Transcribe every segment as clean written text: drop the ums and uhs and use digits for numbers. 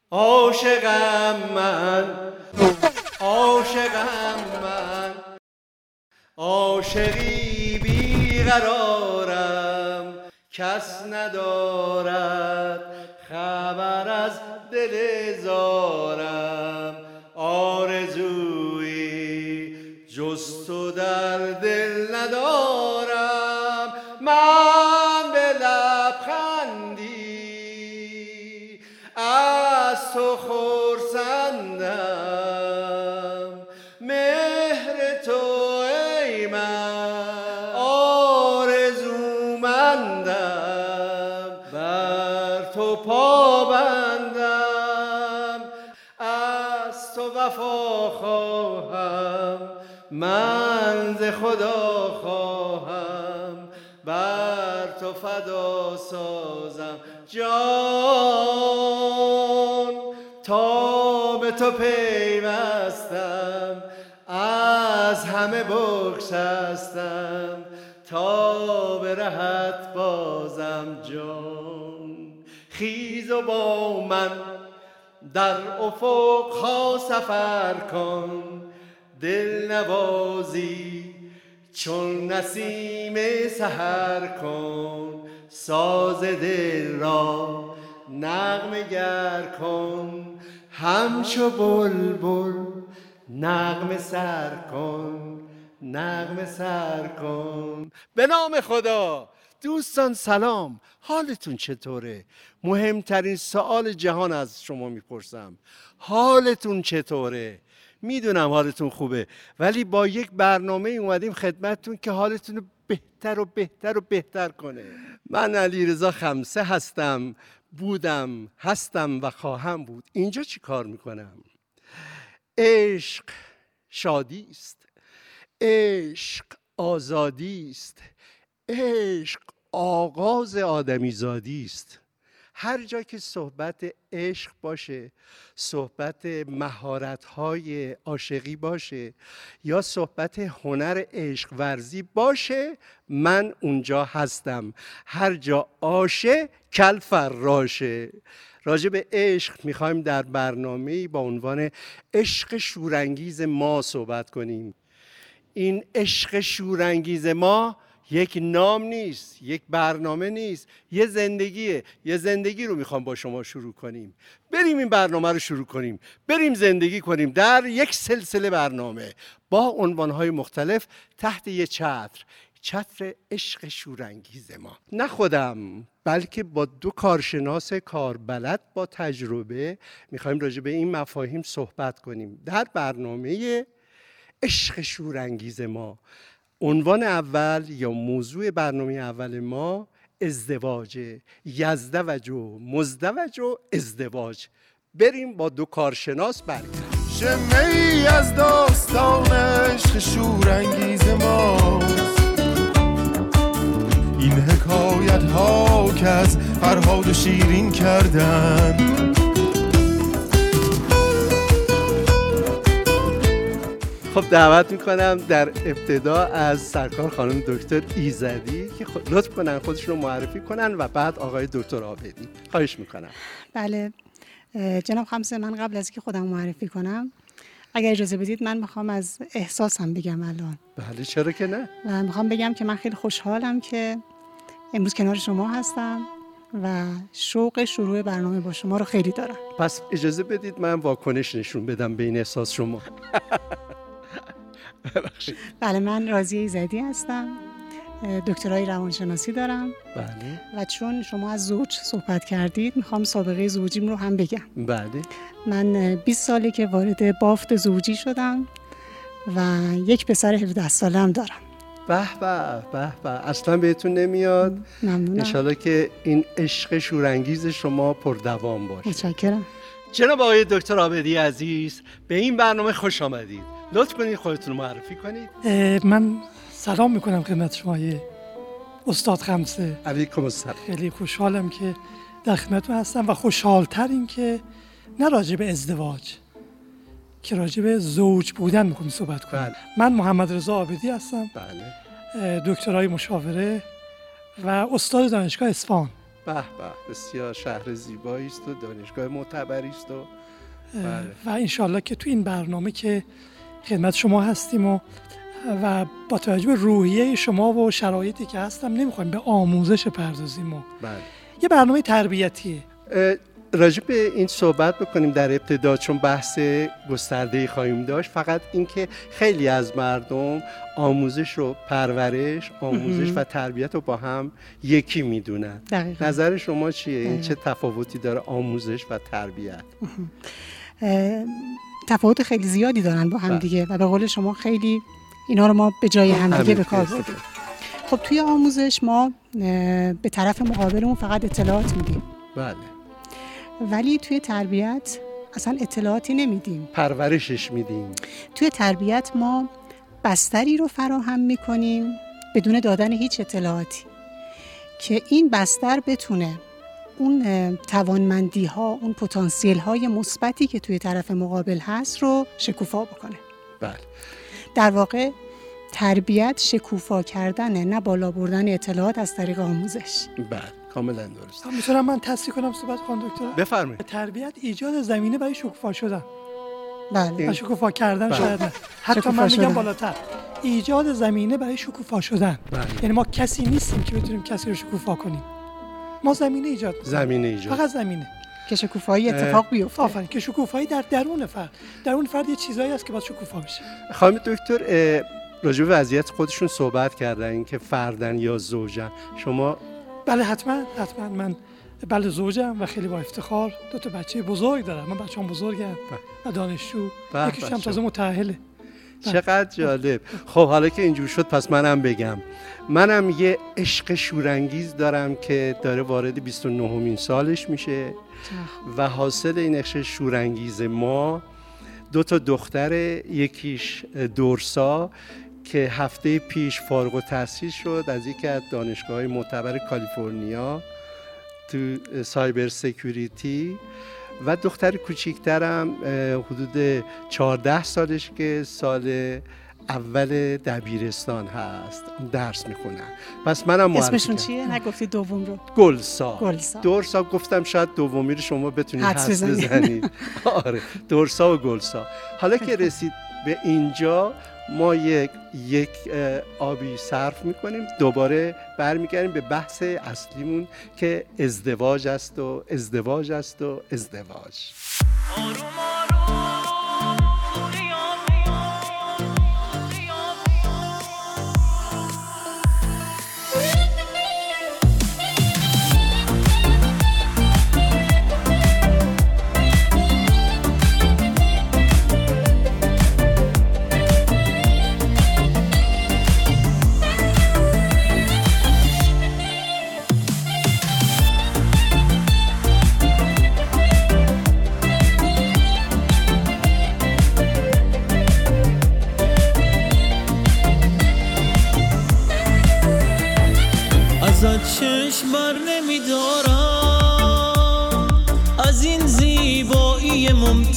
عاشقم من، عاشقم من، عاشقی بیقرارم، کس ندارد خبر از دل زارم. آرزویی جز تو در دل ندارم، من به لبخندی از تو خرسندم. مهر تو ای من آرزومندم، بر تو پابندم، از تو وفا خواهم، من ز خدا خواهم، بر تو فدا سازم جان. تا به تو پیوستم از همه بگسستم، تا به رهت بازم جان. خیز و با من در افق ها سفر کن، دل نوازی چون نسیم سحر کن. ساز دل را نغمه گر کن، همچو بلبل نغمه سر کن، نغمه سر کن. به نام خدا. دوستان سلام، حالتون چطوره؟ مهمترین سوال جهان از شما میپرسم، حالتون چطوره؟ میدونم حالتون خوبه، ولی با یک برنامه اومدیم خدمتتون که حالتون رو بهتر و بهتر و بهتر کنه. من علیرضا خمسه هستم، بودم، هستم و خواهم بود. اینجا چی کار میکنم؟ عشق شادی است، عشق آزادی است، عشق آغاز آدمیزادی است. هر جا که صحبت عشق باشه، صحبت مهارت‌های عاشقی باشه یا صحبت هنر عشق ورزی باشه، من اونجا هستم. هر جا آشه کل فراشه. راجع به عشق میخوایم در برنامه‌ای با عنوان عشق شورانگیز ما صحبت کنیم. این عشق شورانگیز ما یک نام نیست، یک برنامه نیست، یه زندگیه. یه زندگی رو میخوام با شما شروع کنیم. بریم این برنامه رو شروع کنیم، بریم زندگی کنیم در یک سلسله برنامه با عنوانهای مختلف تحت یه چتر عشق شورانگیز ما. نه خودم، بلکه با دو کارشناس کاربلد با تجربه میخوایم راجع به این مفاهیم صحبت کنیم در برنامه عشق شورانگیز ما. عنوان اول یا موضوع برنامه اول ما ازدواجه. یزدوج و مزدوج و ازدواج. بریم با دو کارشناس برگردیم. شمعی از داستان عشق شورانگیز ماست، این حکایت ها که از فرهاد و شیرین کردن. خب دعوت میکنم در ابتدا از سرکار خانم دکتر ایزدی که لطف کنن خودشون رو معرفی کنن و بعد آقای دکتر عابدی. خواهش میکنم. بله جناب خمسه، من قبل از که خودم معرفی کنم اگر اجازه بدید من میخوام از احساسم بگم الان. بله چرا که نه. و میخوام بگم که من خیلی خوشحالم که امروز کنار شما هستم و شوق شروع برنامه با شما رو خیلی دارم. پس اجازه بدید من واکنش نشون بدم به این احساس شما. بله من راضیه ایزدی هستم، دکترای روانشناسی دارم. بله. و چون شما از زوج صحبت کردید میخوام سابقه زوجیم رو هم بگم. بله. من 20 ساله که وارد بافت زوجی شدم و یک پسر 17 ساله هم دارم. به به به به، اصلا بهتون نمیاد. ممنونم. انشالله که این عشق شورانگیز شما پردوام باشه. متشکرم. جناب آقای دکتر عابدی عزیز، به این برنامه خوش آمدید. لطف کنید خودتون رو معرفی کنید. من سلام میکنم خدمت شما استاد خمسه. علیکم السلام. خیلی خوشحالم که در خدمتتون هستم و خوشحالتر این که نه راجع به ازدواج که راجع به زوج بودن میخوام صحبت کنم. بله. من محمد رضا عابدی هستم. بله. دکترای مشاوره و استاد دانشگاه اصفهان. به به، بسیار شهر زیبایی است و دانشگاه معتبری است و بله. و انشالله که تو این برنامه که خدمت شما هستیم و با توجه به روحیه شما و شرایطی که هستم نمیخوایم به آموزش پردازیم و بله. یه برنامه تربیتیه. راجع به این صحبت بکنیم در ابتدا، چون بحث گسترده‌ای خواهیم داشت. فقط اینکه خیلی از مردم آموزش رو، پرورش، آموزش و تربیت رو با هم یکی میدونن. نظر شما چیه؟ این چه تفاوتی داره آموزش و تربیت؟ تفاوت خیلی زیادی دارن با هم دیگه و به قول شما خیلی اینا رو ما به جای هم دیگه به کار بردیم. خب توی آموزش ما به طرف مقابلمون فقط اطلاعات میدیم. بله. ولی توی تربیت اصلا اطلاعاتی نمیدیم، پرورشش میدیم. توی تربیت ما بستری رو فراهم میکنیم بدون دادن هیچ اطلاعاتی که این بستر بتونه اون توانمندی ها، اون پتانسیل های مثبتی که توی طرف مقابل هست رو شکوفا بکنه. بله. در واقع تربیت شکوفا کردنه، نه بالا بردن اطلاعات از طریق آموزش. بله، کاملا درست. میتونم من تصحیح کنم صحبت خانم دکتر؟ بفرمایید. تربیت ایجاد زمینه برای شکوفا شدن. بله. و شکوفا کردن شاید نه. حتی من میگم بالاتر. ایجاد زمینه برای شکوفا شدن. یعنی ما کسی نیستیم که بتونیم کسی رو شکوفا کنیم. ما زمینه ایجاد کنیم. زمینه ایجاد. فقط زمینه. که شکوفایی اتفاق بیفته. آفرین، که شکوفایی در درون فرد یه چیزایی هست که باید شکوفا بشه. خانم دکتر راجع به وضعیت خودشون صحبت کردن، اینکه فردن یا زوجن. شما؟ بله حتما من بله زوجم و خیلی با افتخار 2 بچه بزرگ دارم. من بچه‌ام بزرگم و دانشجو، یکیش هم تازه متأهله. چقدر جالب. خب حالا که اینجور شد پس منم بگم. منم یه عشق شورانگیز دارم که داره وارد 29مین سالش میشه و حاصل این عشق شورانگیز ما 2 دختر، یکیش دورسا که هفته پیش فارغ التحصیل شد از یکی از دانشگاه‌های معتبر کالیفرنیا تو سایبر سکیوریتی، و دختر کوچیکترم حدود 14 سالش که سال اول دبیرستان هست، درس میخونن. پس منم اسمشون چیه؟ نگفتی دوم رو؟ گلسا. دورسا گفتم شاید دومی رو شما بتونید حدس بزنید. آره، دورسا و گلسا. حالا که رسید به اینجا ما یک آبی صرف میکنیم، دوباره برمیگردیم به بحث اصلیمون که ازدواج است و ازدواج. ازت چشم بر نمیدارم، از این زیبایی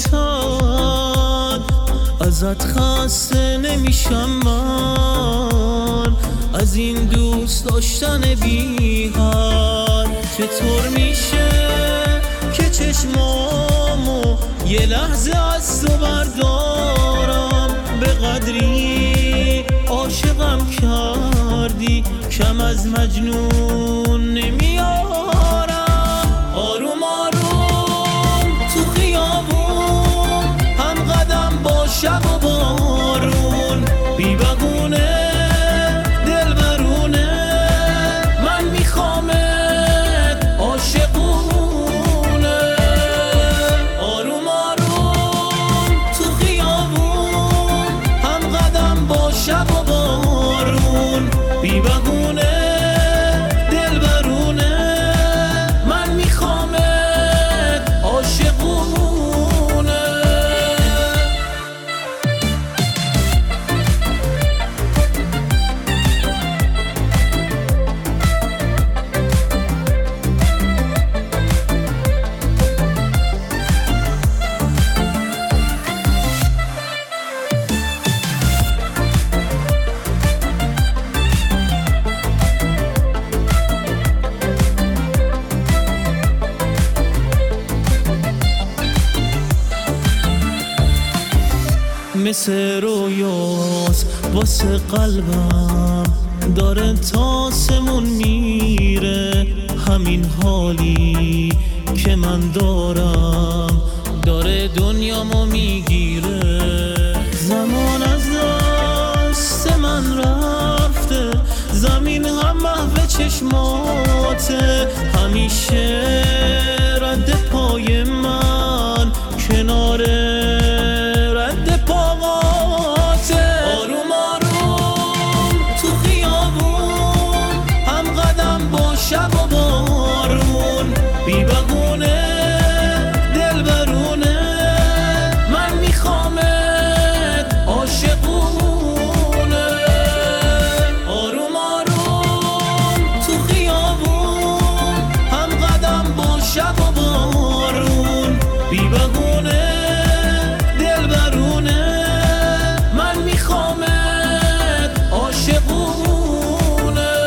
ممتد ازت خسته نمیشم من، از این دوست داشتن بی حد. چطور میشه که چشمامو یه لحظه از تو بردارم، به قدری عاشقم کردی کم از مجنون نمیارم. آروم آروم تو خیابون هم قدم با شب و بارون، بی بهونه دلبرونه من میخوامت عاشقونه. آروم آروم تو خیابون هم قدم با شب و بارون، بی بهونه دلبرونه من میخوامت عاشقونه. واسه رویاست، واسه قلبم داره تاسمون میره. همین حالی که من دارم داره دنیامو میگیره. زمان از دست من رفته، زمین هم محو چشماته. همیشه رد پای من کنار رد پاهاته. آروم آروم تو خیابون هم قدم با شب و بارون، بی بهونه دل برونه من میخوامت عاشقونه. آروم آروم تو خیابون هم قدم با شب و بارون، بی بهونه دل برونه من میخوامت عاشقونه.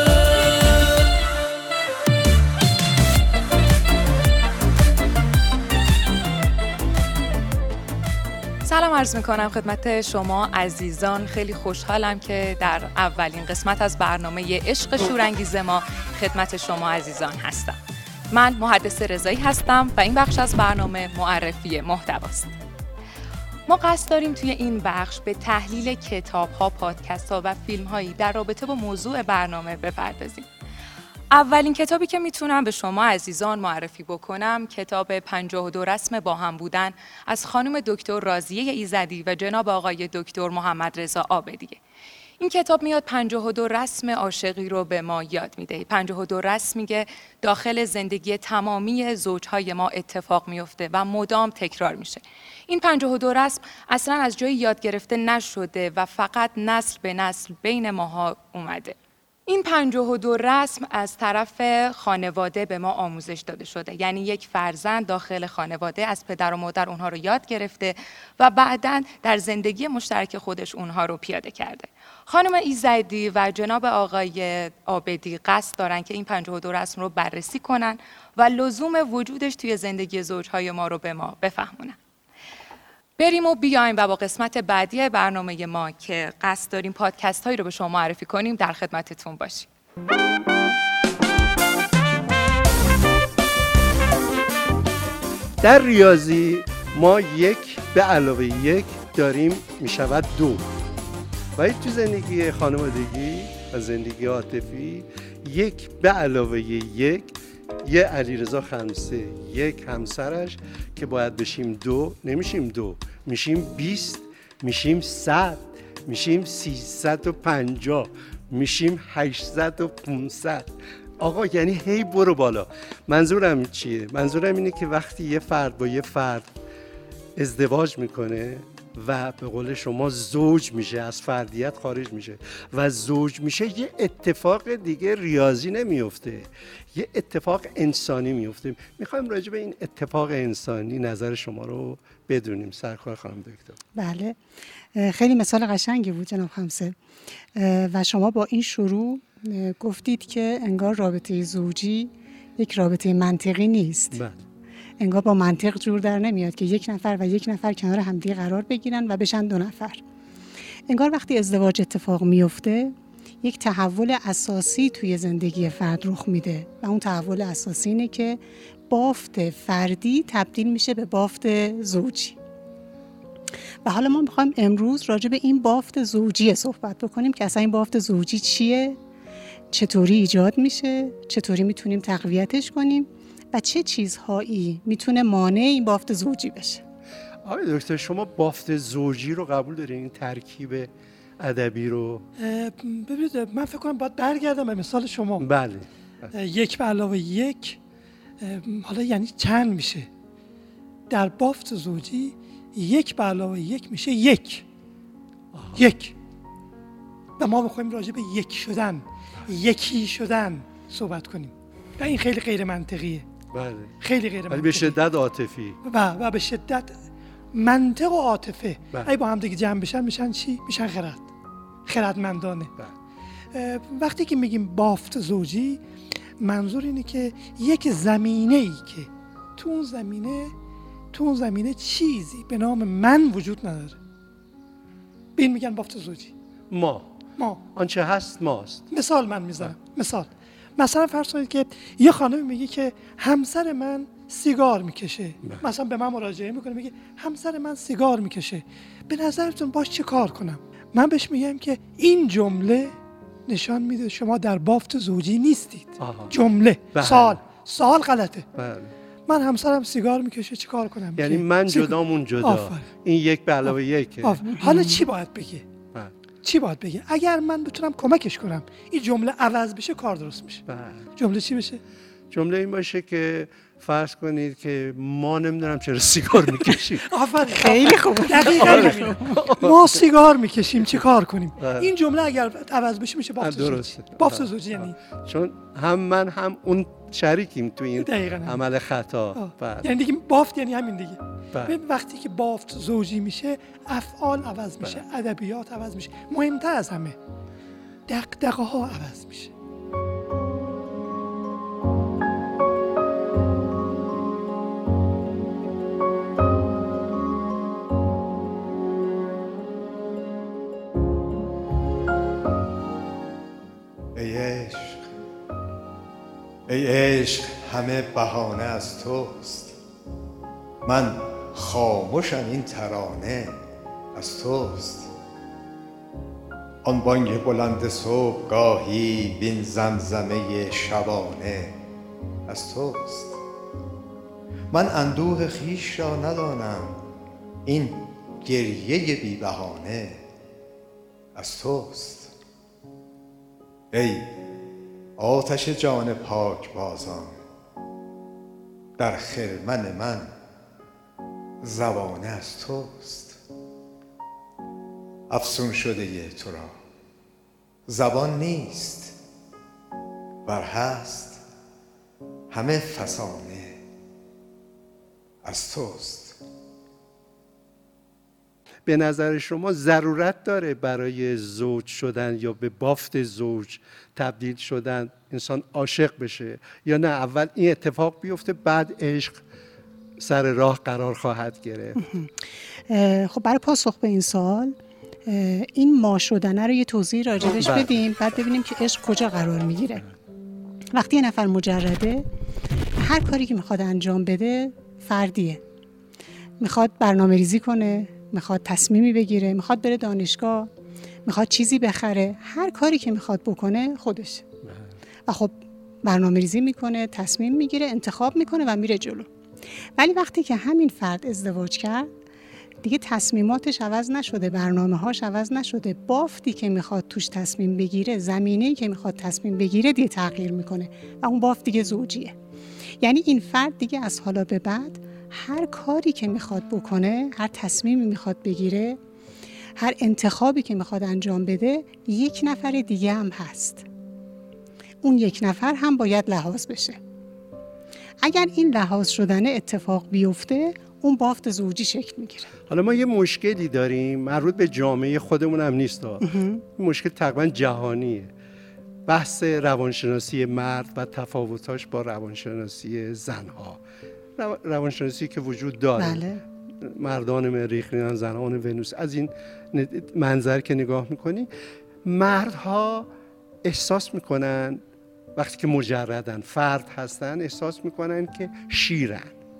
سلام عرض میکنم خدمت شما عزیزان. خیلی خوشحالم که در اولین قسمت از برنامه عشق شورانگیز ما خدمت شما عزیزان هستم. من محدث رضایی هستم و این بخش از برنامه معرفی محتواست. ما قصد داریم توی این بخش به تحلیل کتاب‌ها، پادکست‌ها و فیلم‌هایی در رابطه با موضوع برنامه بپردازیم. اولین کتابی که میتونم به شما عزیزان معرفی بکنم کتاب 52 رسم با هم بودن از خانم دکتر راضیه ایزدی و جناب آقای دکتر محمد رضا عابدیه. این کتاب میاد 52 رسم عاشقی رو به ما یاد میده. 52 رسم میگه داخل زندگی تمامی زوجهای ما اتفاق میفته و مدام تکرار میشه. این 52 رسم اصلا از جایی یاد گرفته نشده و فقط نسل به نسل بین ماها اومده. این 52 رسم از طرف خانواده به ما آموزش داده شده. یعنی یک فرزند داخل خانواده از پدر و مادر اونها رو یاد گرفته و بعداً در زندگی مشترک خودش اونها رو پیاده کرده. خانم ایزدی و جناب آقای عابدی قصد دارن که این 52 رسم رو بررسی کنن و لزوم وجودش توی زندگی زوجهای ما رو به ما بفهمونن. بریم و بیایم و با قسمت بعدی برنامه ما که قصد داریم پادکست هایی رو به شما معرفی کنیم در خدمتتون باشیم. در ریاضی ما 1 به علاوه 1 داریم میشود 2. ولی تو زندگی خانوادگی و زندگی عاطفی 1 به علاوه 1 یه علیرضا خمسه، 1 همسرش که باید بشیم 2 نمیشیم 2، میشیم 20، میشیم 100، میشیم 350، میشیم 800 و 500. آقا یعنی هی برو بالا. منظورم چیه؟ منظورم اینه که وقتی یه فرد با یه فرد ازدواج میکنه و به قول شما زوج میشه، از فردیت خارج میشه و زوج میشه، یه اتفاق دیگه ریاضی نمیفته، یه اتفاق انسانی میفته. میخوایم راجع به این اتفاق انسانی نظر شما رو بدونیم. سرکار خانم دکتر. بله، خیلی مثال قشنگی بود جناب خمسه و شما با این شروع گفتید که انگار رابطه زوجی یک رابطه منطقی نیست. بله. انگار با منطق جور در نمیاد که یک نفر و یک نفر کنار همدیگه قرار بگیرن و بشن 2 نفر. انگار وقتی ازدواج اتفاق میفته یک تحول اساسی توی زندگی فرد رخ میده و اون تحول اساسی اینه که بافت فردی تبدیل میشه به بافت زوجی. و حالا ما میخوایم امروز راجع به این بافت زوجی صحبت بکنیم که اصلا این بافت زوجی چیه، چطوری ایجاد میشه، چطوری میتونیم تقویتش کنیم و چه چیزهایی میتونه مانع این بافت زوجی بشه. آقای دکتر شما بافت زوجی رو قبول دارین؟ این ترکیب ادبی رو؟ ببینید من فکر کنم باید برگردم به مثال شما. بله. 1 به علاوه 1 حالا یعنی چند میشه؟ در بافت زوجی 1 به علاوه 1 میشه 1. و ما میخوایم راجع به یک شدن، یکی شدن صحبت کنیم و این خیلی غیر منطقیه. بله. خیلی غیر منطقیه. ولی به شدت عاطفی. و به شدت منطق و عاطفه. بله. ای با هم دیگه جمع بشن میشن چی؟ میشن خردمندانه. بله. وقتی که میگیم بافت زوجی منظور اینه که یک زمینه ای که تو اون زمینه چیزی به نام من وجود نداره. به این میگن بافت زوجی. ما آنچه هست ماست. مثال من میزنم. مثلا فرض کنید که یه خانمی میگه که همسر من سیگار میکشه. مثلا به من مراجعه میکنه میگه همسر من سیگار میکشه، به نظرتون باش چه کار کنم؟ من بهش میگم که این جمله نشان میده شما در بافت زوجی نیستید. جمله سوال غلطه. من همسرم سیگار میکشه چه کار کنم؟ یعنی من جدامون جدا. این یک به علاوه یکه. حالا چی باید بگه؟ اگر من بتونم کمکش کنم این جمله عوض بشه کار درست میشه. جمله چی بشه؟ جمله این باشه که فرض کنید که ما نمیدونم چرا سیگار میکشیم. خیلی خوبه. دقیقاً ما سیگار میکشیم چه کار کنیم؟ این جمله اگر عوض بشه میشه بافت زوجی. بافت زوجی یعنی چون هم من هم اون شریکیم تو این عمل خطا. یعنی دیگه بافت یعنی همین دیگه. وقتی که بافت زوجی میشه افعال عوض میشه، ادبیات عوض میشه، مهمتر از همه دغدغه ها عوض میشه. ای عشق همه بهانه از توست، من خاموشم این ترانه از توست. آن بانگ بلند صبح گاهی بین زمزمه شبانه از توست. من اندوه خویش را ندانم، این گریه بی بهانه از توست. ای آتش جان پاک بازان، در خرمن من زبانه از توست. افسون شده ی تو را زبان نیست، ور هست همه فسانه از توست. به نظر شما ضرورت داره برای زوج شدن یا به بافت زوج تبدیل شدن انسان عاشق بشه، یا نه اول این اتفاق بیفته بعد عشق سر راه قرار خواهد گرفت؟ خب برای پاسخ به این سوال این ما شدنه رو یه توضیح راجبش بدیم، بعد ببینیم که عشق کجا قرار میگیره. وقتی یه نفر مجرده، هر کاری که میخواد انجام بده فردیه. میخواد برنامه ریزی کنه، میخواد تصمیمی بگیره، میخواد بره دانشگاه، میخواد چیزی بخره، هر کاری که میخواد بکنه خودشه. و خب برنامه ریزی میکنه، تصمیم میگیره، انتخاب میکنه و میره جلو. ولی وقتی که همین فرد ازدواج کرد، دیگه تصمیماتش عوض نشده، برنامه‌هاش عوض نشده، بافتی که میخواد توش تصمیم بگیره، زمینه‌ای که میخواد تصمیم بگیره دیگه تغییر میکنه و اون بافت دیگه زوجیه. یعنی این فرد دیگه از حالا به بعد هر کاری که میخواد بکنه، هر تصمیمی میخواد بگیره، هر انتخابی که میخواد انجام بده، یک نفر دیگه هم هست. اون یک نفر هم باید لحاظ بشه. اگر این لحاظ شدن اتفاق بیفته، اون بافت زوجی شکل میگیره. حالا ما یه مشکلی داریم مربوط به جامعه خودمون هم نیست. این مشکل تقریبا جهانیه. بحث روانشناسی مرد و تفاوتاش با روانشناسی زنها. روانشناسی که وجود داره. بله. مردان مریخ، زنان ونوس. از این منظر که نگاه میکنی، مردها احساس میکنن وقتی که مجردن، فرد هستن، احساس میکنن که شیرن.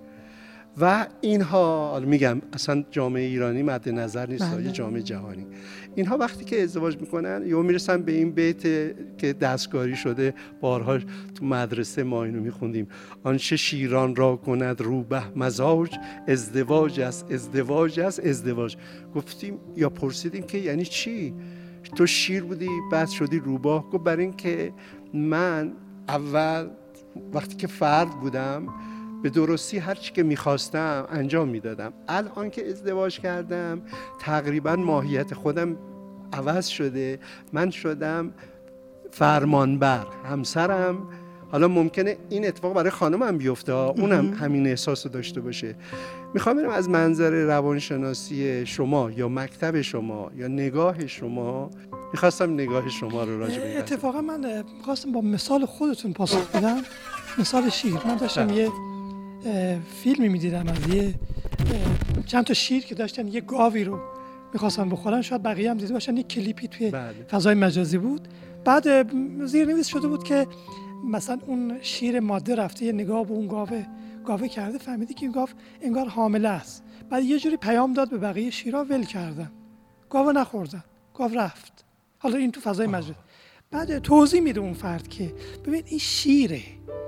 و اینها، حالا میگم اصلا جامعه ایرانی مد نظر نیست، یه جامعه جهانی، اینها وقتی که ازدواج میکنن یا میرسن به این بیت که دستکاری شده، بارها تو مدرسه ما اینو میخوندیم: آنچه شیران را کند روبه مزاج، ازدواج است، ازدواج است، ازدواج. گفتیم یا پرسیدیم که یعنی چی؟ تو شیر بودی بعد شدی روباه؟ گفت برای این که من اول وقتی که فرد بودم به درستی هر چی که میخواستم انجام میدادم. الان که ازدواج کردم تقریبا ماهیت خودم عوض شده، من شدم فرمانبر. همسرم، حالا ممکنه این اتفاق برای خانمم بیفته، اونم همین احساس رو داشته باشه. میخوام ببینم از منظر روانشناسی شما یا مکتب شما یا نگاه شما، میخواستم نگاه شما رو راجع به این اتفاقا من میخواستم با مثال خودتون پاسخ بدم. مثال شیر. من داشتم یه فیلمی میدیدم از یه چند تا شیر که داشتن یه گاوی رو میخواستن بخورن، شاید بقیه هم دیده باشن، یک کلیپی توی فضای مجازی بود. بعد زیرنویس شده بود که مثلا اون شیر ماده رفته یه نگاه به اون گاوه کرده، فهمیدی که این گاو انگار حامله است. بعد یه جوری پیام داد به بقیه شیرها، ول کردن، گاو نخوردن، گاو رفت. حالا این تو فضای مجازی. بعد توضیح میده اون فرد که ببین این شیره،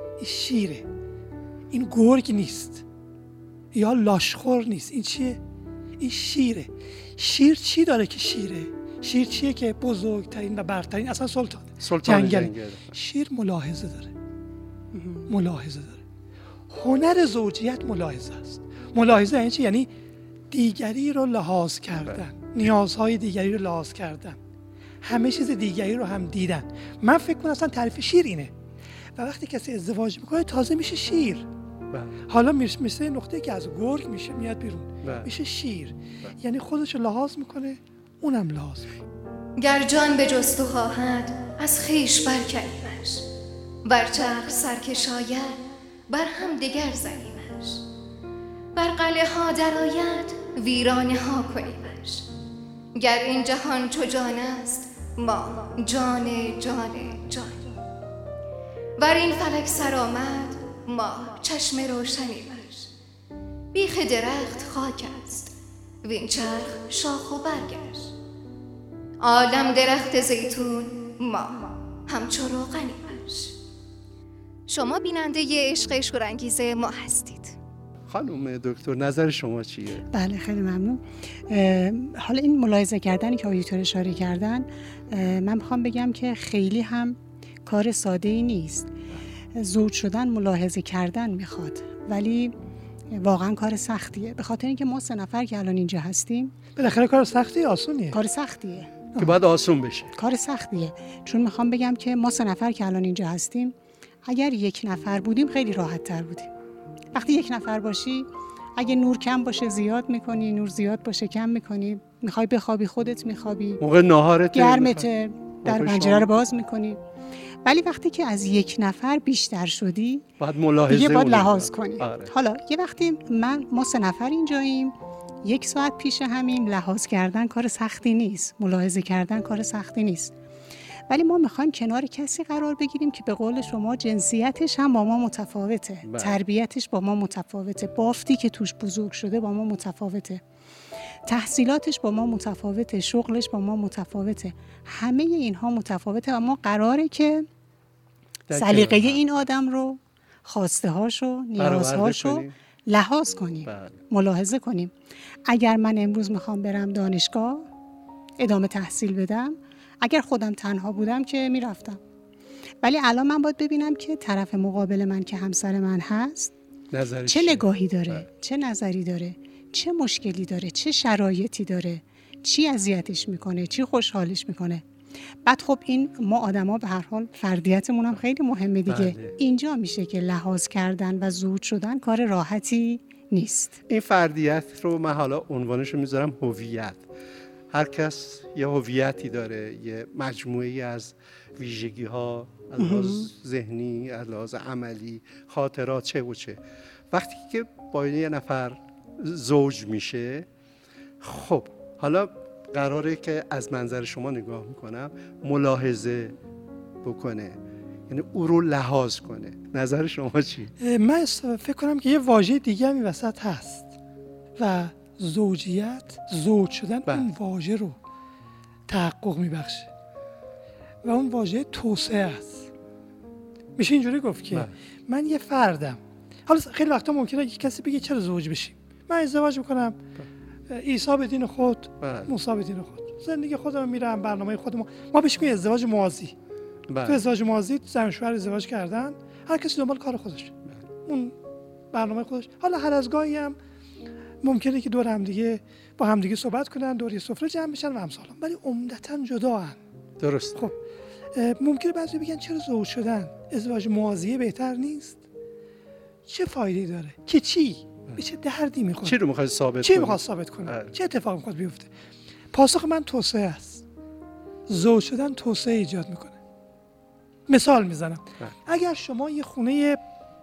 این گرگ نیست یا لاشخور نیست، این چیه؟ این شیره. شیر چی داره که شیره؟ شیر چیه که بزرگترین و برترین، اصلا سلطان جنگل. شیر ملاحظه داره. هنر زوجیت ملاحظه است. ملاحظه یعنی چی؟ یعنی دیگری رو لحاظ کردن، نیازهای دیگری رو لحاظ کردن، همه چیز دیگری رو هم دیدن. من فکر کنم اصلا تعریف شیر اینه. و وقتی کسی ازدواج میکنه تازه میشه شیر. حالا میشه نقطه که از گرگ میشه میاد بیرون، میشه شیر. یعنی خودش رو لحاظ میکنه، اونم لحاظ میکنه. گر جان به جستو خواهد از خویش برکنیمش، بر چرخ سرکش آید بر هم دگر زنیمش، بر قلعه ها در آید ویرانه ها کنیمش. گر این جهان چو جان است ما جان ور این فلک سر آمد ما چشم روشنیمش. بیخ درخت خاک است وین چرخ شاخ و برگش، عالم درخت زیتون ما همچو روغنیمش. شما بیننده عشق شورانگیز ما هستید. خانم دکتر نظر شما چیه؟ بله خیلی ممنون. حالا این ملاحظه کردنی که آقای دکتر اشاره کردن، من میخوام بگم که خیلی هم کار ساده ای نیست. زوج شدن ملاحظه کردن میخواد، ولی واقعا کار سختیه. به خاطر اینکه ما 3 نفر که الان اینجا هستیم، بالاخره کار سختی آسونیه؟ کار سختیه که باید آسون بشه. کار سختیه، چون میخوام بگم که ما 3 نفر که الان اینجا هستیم، اگر 1 نفر بودیم خیلی راحت تر بودیم. وقتی 1 نفر باشی، اگه نور کم باشه زیاد میکنی، نور زیاد باشه کم میکنی، میخوای بخوابی خودت میخوابی، موقع ناهارت گرمته در پنجره رو باز میکنی. ولی وقتی که از 1 نفر بیشتر شدی، باید باید لحاظ کنی. حالا یه وقتی ما 3 نفر اینجاییم، 1 ساعت پیش همیم، لحاظ کردن کار سختی نیست، ملاحظه کردن کار سختی نیست. ولی ما میخوایم کنار کسی قرار بگیریم که به قول شما جنسیتش هم با ما متفاوته، تربیتش با ما متفاوته، بافتی که توش بزرگ شده با ما متفاوته، تحصیلاتش با ما متفاوته، شغلش با ما متفاوته، همه اینها متفاوته و ما قراره که سلیقه این آدم رو، خواسته هاشو، نیازهاشو لحاظ کنیم، ملاحظه کنیم. اگر من امروز میخوام برم دانشگاه ادامه تحصیل بدم، اگر خودم تنها بودم که میرفتم، ولی الان من باید ببینم که طرف مقابل من که همسر من هست چه نگاهی داره، چه نظری داره، چه مشکلی داره، چه شرایطی داره، چی اذیتش میکنه، چی خوشحالش میکنه. بعد خب این ما آدما به هر حال فردیتمون هم خیلی مهمه دیگه. اینجا میشه که لحاظ کردن و زوج شدن کار راحتی نیست. این فردیت رو من حالا عنوانش رو میذارم هویت. هر کس یه هویتی داره، یه مجموعی از ویژگی ها، از لحاظ ذهنی، از لحاظ عملی، خاطرات، چه و چه. وقتی که با یه نفر زوج میشه، خب حالا قراره که از منظر شما نگاه میکنم ملاحظه بکنه، یعنی او رو لحاظ کنه. نظر شما چی؟ من فکر کنم که یه واژه دیگه هم وسط هست و زوجیت، زوج شدن اون واژه رو تحقق میبخشه و اون واژه توسعه است. میشه اینجوری گفت که من یه فردم. حالا خیلی وقتا ممکنه کسی بگه چرا زوج بشیم؟ من ازدواج میکنم، عیسی به دین خود، موسی به دین خود، زندگی خودم میرم، برنامه خودم. ما بهش میگیم ازدواج موازی. تو ازدواج موازی زن و شوهر ازدواج کردن، هر کسی دنبال کار خودش، اون برنامه خودش. حالا هر از گاهی هم ممکنه که دور هم دیگه با هم دیگه صحبت کنن، دور یه سفره جمع بشن و همسالان، ولی عمدتاً جداان. درست. خب ممکنه بعضی بگن چرا زوج شدن؟ ازدواج موازی بهتر نیست؟ چه فایده‌ای داره؟ که چی؟ به چه دردی میخوره؟ چی رو میخواد ثابت کنه؟ چی میخواد ثابت کنه؟ چه اتفاقی میخواد بیفته؟ پاسخ من توسعه است. زوج شدن توسعه ایجاد میکنه. مثال میزنم. اگر شما یه خونه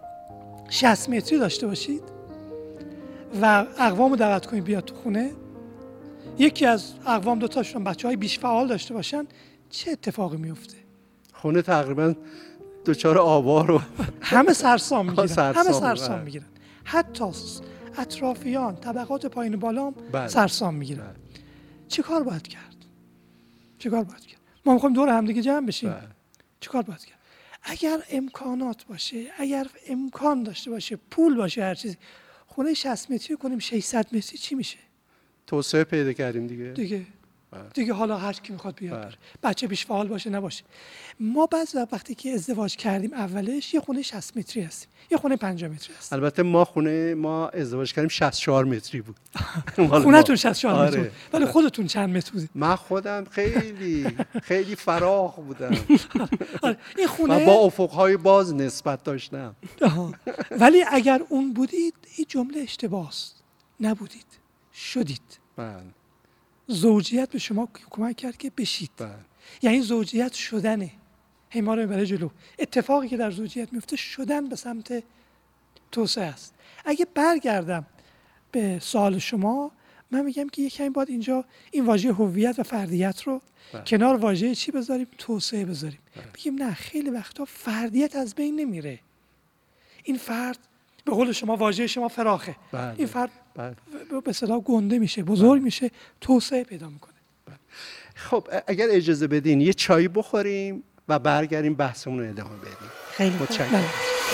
60 متری داشته باشید و اقوامو دعوت کنید بیاد تو خونه، یکی از اقوام دوتاشون بچه‌های بیش فعال داشته باشن، چه اتفاقی میفته؟ خونه تقریبا دوچار آوار و همه سرسام میگیرن. سرسام، همه سرسام بله. میگیرن. حتی اطرافیان، طبقات پایین بالا هم بله. سرسام میگیرن. چه کار باید کرد؟ چه کار باید کرد؟ ما میخوایم دور هم دیگه جمع بشیم. بله. چه کار باید کرد؟ اگر امکانات باشه، اگر امکان داشته باشه، پول باشه، هر چیزی، خونه 60 متری کنیم 600 متری چی میشه؟ توسعه پیدا کردیم دیگه. دیگه حالا هر کی میخواد بیاد بله. بره. بچه بیش فعال باشه نباشه. ما بعضی وقتی که ازدواج کردیم اولش یه خونه 60 متری هستیم، یه خونه 50 متری هست. البته ما ازدواج کردیم 64 متری بود. خونه‌تون 64 متری آره. بود. ولی خودتون چند متر بودید؟ من خودم خیلی فراخ بودم. آره. این خونه و با افق‌های باز نسبت داشتم. ولی اگر اون بودید این جمله اشتباه است. نبودید، شدید. بله. زوجیت به شما کمک کرد که بشید. بله. یعنی زوجیت شدنه. هی ما رو میبره جلو. اتفاقی که در زوجیت میفته شدن به سمت توسعه است. اگه برگردم به سوال شما، من میگم که یکم باید اینجا این واژه هویت و فردیت رو کنار واژه چی بذاریم؟ توسعه بذاریم. بگیم نه، خیلی وقتا فردیت از بین نمیره. این فرد به قول شما واژه شما فراخه. بله. این فرد بله. به اصطلاح گنده میشه، بزرگ میشه، توسعه پیدا میکنه. خب اگر اجازه بدین یه چایی بخوریم و برگردیم بحثمون رو ادامه بدیم. خیلی متشکرم.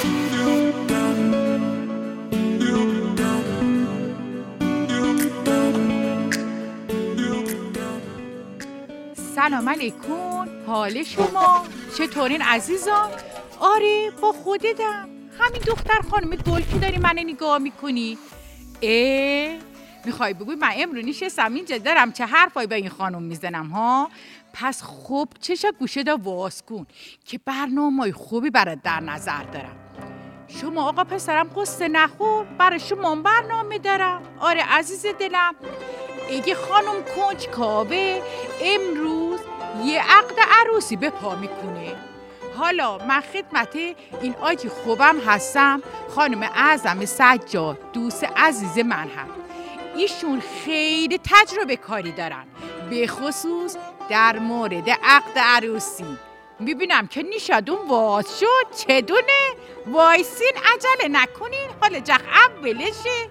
سلام علیکم، حال شما چطورین عزیزان؟ آره با خودتم، همین دختر خانم گل که داری من نگاه میکنی. میخوای بگوی من امرو نشستم اینجا دارم چه حرفایی با این خانم میزنم ها؟ پس خب چشا گوشه دا واس کن که برنامه‌ی خوبی برات در نظر دارم. شما آقا پسرم قصه نخور، برای شما برنامه دارم. آره عزیز دلم، اگه خانم کنجکاوه امروز یه عقد عروسی به پا میکنه. حالا من خدمت این آجی خوبم هستم، خانم اعظم سجاد، دوست عزیز من هم. ایشون خیلی تجربه کاری دارن، به خصوص در مورد عقد عروسی. میبینم که نیشادون واز شد، چه دونه؟ وایسین عجله نکنین، حالا جخ اولشه.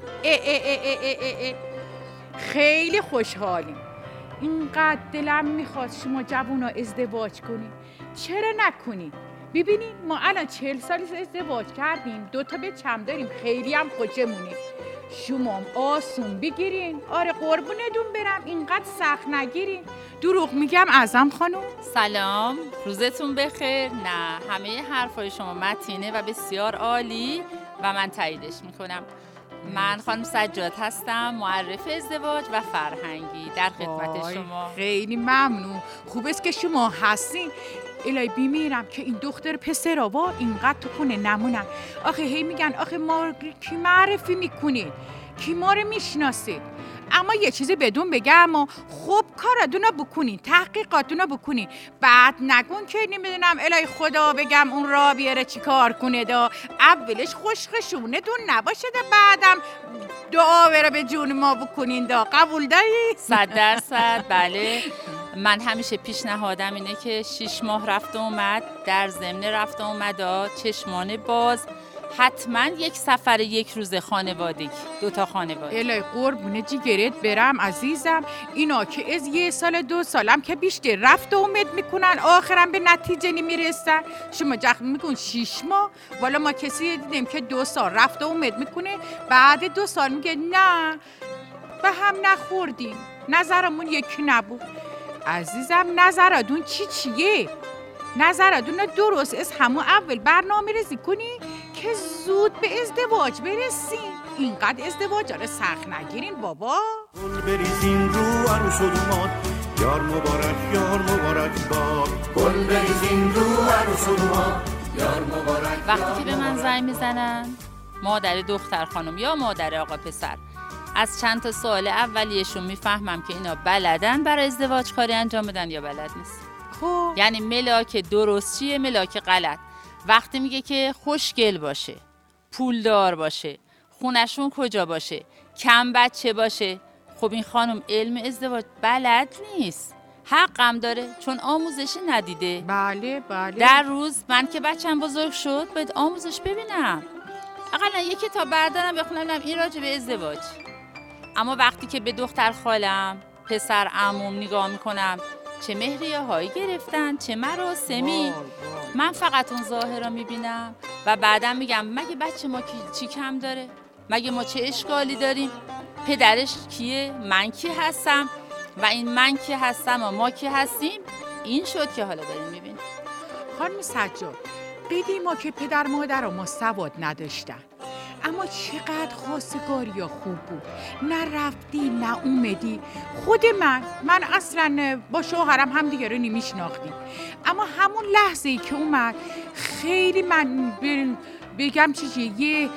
خیلی خوشحالیم. اینقدر دلم میخواد شما جوونا ازدواج کنین، چرا نکنین؟ ببینین ما الان 40 سال ازدواج کردیم، 2 تا بچم داریم، خیلی هم خوشمونه. شما هم آسون بگیرین. آره قربونتون برم، اینقدر سخت نگیرین. دروغ میگم اعظم خانم؟ سلام، روزتون بخیر. نه، همه حرفای شما متینه و بسیار عالی و من تاییدش میکنم. من خانم سجاد هستم، معرف ازدواج و فرهنگی در خدمت شما. خیلی ممنون، خوب است که شما هستین. الهی بیمیرم که این دختر پسراوا اینقدر تو خونه نمونن. آخه هی میگن آخه ما کی معرفی میکنید، کی ما رو میشناسید. اما یه چیزی بدون بگم، خوب کاراتونو بکنین، تحقیقاتونو بکنین، بعد نگون که نمیدونم الهی خدا بگم اون را بیاره چی کار کنه دا. اولش خوشخشونه دون نباشه دا، بعدم دعا بره به جون ما بکنین دا. قبول داری؟ 100%. بله، من همیشه پیشنهادم اینه که 6 ماه رفت و اومد، در ضمن رفت و اومدا چشمان باز، حتما یک سفر 1 روز خانوادگی، 2 تا خانواده. الهی قربون جیگرت برم عزیزم. اینا که از 1 سال 2 سالم که بیشتر رفت و اومد میکنن، آخرم به نتیجه نمیرسن. شما جخم میکن 6 ماه، والا ما کسی دیدیم که 2 سال رفت و اومد میکنه، بعد 2 سال میگه نه به هم نخوردیم، نظرمون یکی نبود. عزیزم نظرتون چیه؟ نظرتون درست از همون اول برنامه ریزی کنی که زود به ازدواج برسین. اینقدر ازدواج رو سخت نگیرین بابا. گل بریزین رو عروس و دومان، یار مبارک یار مبارک باد. گل بریزین رو عروس و دومان، یار مبارک. وقتی که به من زنگ میزنن مادر دختر خانم یا مادر آقا پسر، از چند تا سوال اولیشون میفهمم که اینا بلدن برای ازدواج کاری انجام بدن یا بلد نیست. خب یعنی ملاک درست چیه، ملاک غلط. وقتی میگه که خوشگل باشه، پولدار باشه، خونشون کجا باشه، کم بچه باشه، خب این خانم علم ازدواج بلد نیست، حقم داره چون آموزشی ندیده. بله. در روز من که بچم بزرگ شد باید آموزش ببینم، اقلا یک کتاب بردارم بخونم ببینم این راجع به ازدواج. اما وقتی که به دختر خالم، پسر عموم نگاه میکنم چه مهریه هایی گرفتن، چه مراسمی، من فقط اون ظاهر رو میبینم و بعدم میگم مگه بچه ما چی کم داره؟ مگه ما چه اشکالی داریم؟ پدرش کیه؟ من کی هستم؟ و این من کی هستم و ما کی هستیم این شد که حالا داریم میبینیم. خانم سجاد، قدیما که پدر مادر ما سواد نداشتن، اما چقدر خواستگاری ها خوب بود، نه رفتی نه اومدی. خود من اصلا با شوهرم هم دیگه رو نمیشناختیم، اما همون لحظه‌ای که اومد خیلی من بگم یه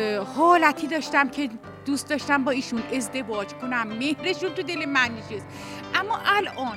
حالتی داشتم که دوست داشتم با ایشون ازدواج کنم، مهرشون تو دل من نشست. اما الان